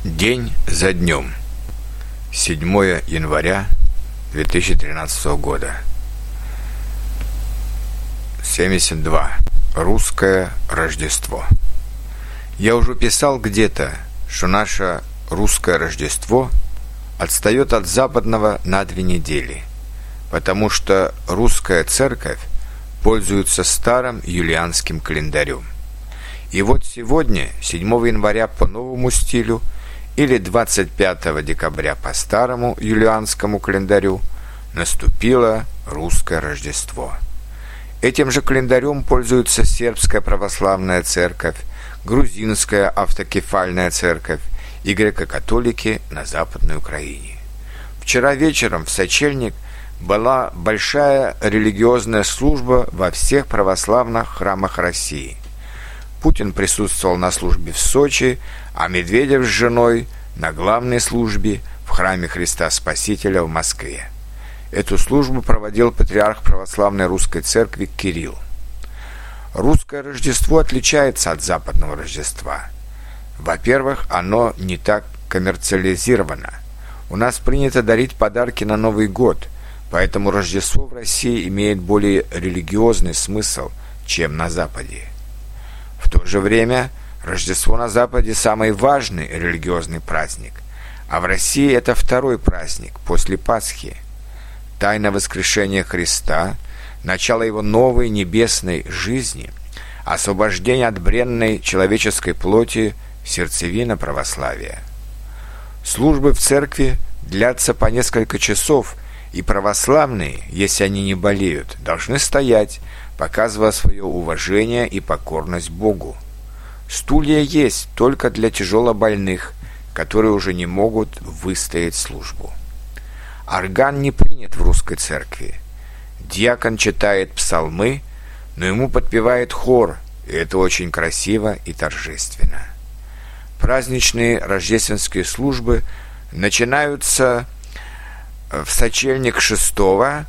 День за днем. 7 января 2013 года. 72. Русское Рождество. Я уже писал где-то, что наше русское Рождество отстает от западного на 2 недели, потому что русская церковь пользуется старым юлианским календарем. И вот сегодня, 7 января по новому стилю, или 25 декабря по старому юлианскому календарю, наступило русское Рождество. Этим же календарем пользуется сербская православная церковь, грузинская автокефальная церковь и греко-католики на Западной Украине. Вчера вечером в сочельник была большая религиозная служба во всех православных храмах России. Путин присутствовал на службе в Сочи, а Медведев с женой на главной службе в храме Христа Спасителя в Москве. Эту службу проводил патриарх православной русской церкви Кирилл. Русское Рождество отличается от западного Рождества. Во-первых, оно не так коммерциализировано. У нас принято дарить подарки на Новый год, поэтому Рождество в России имеет более религиозный смысл, чем на Западе. В то же время Рождество на Западе самый важный религиозный праздник, а в России это второй праздник после Пасхи. Тайна воскрешения Христа, начало его новой небесной жизни, освобождение от бренной человеческой плоти, сердцевина православия. Службы в церкви длятся по несколько часов, и православные, если они не болеют, должны стоять, показывая свое уважение и покорность Богу. Стулья есть только для тяжелобольных, которые уже не могут выстоять службу. Орган не принят в русской церкви. Диакон читает псалмы, но ему подпевает хор, и это очень красиво и торжественно. Праздничные рождественские службы начинаются в сочельник 6-го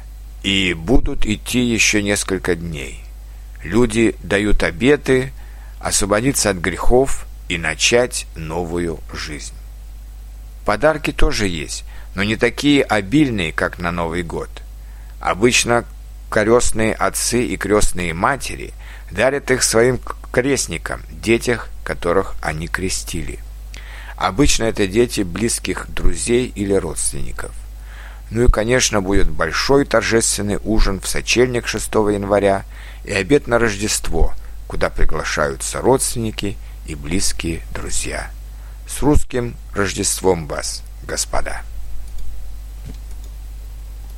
и будут идти еще несколько дней. Люди дают обеты освободиться от грехов и начать новую жизнь. Подарки тоже есть, но не такие обильные, как на Новый год. Обычно крестные отцы и крестные матери дарят их своим крестникам, детях, которых они крестили. Обычно это дети близких друзей или родственников. Ну и, конечно, будет большой торжественный ужин в сочельник 6 января и обед на Рождество, куда приглашаются родственники и близкие друзья. С русским Рождеством вас, господа!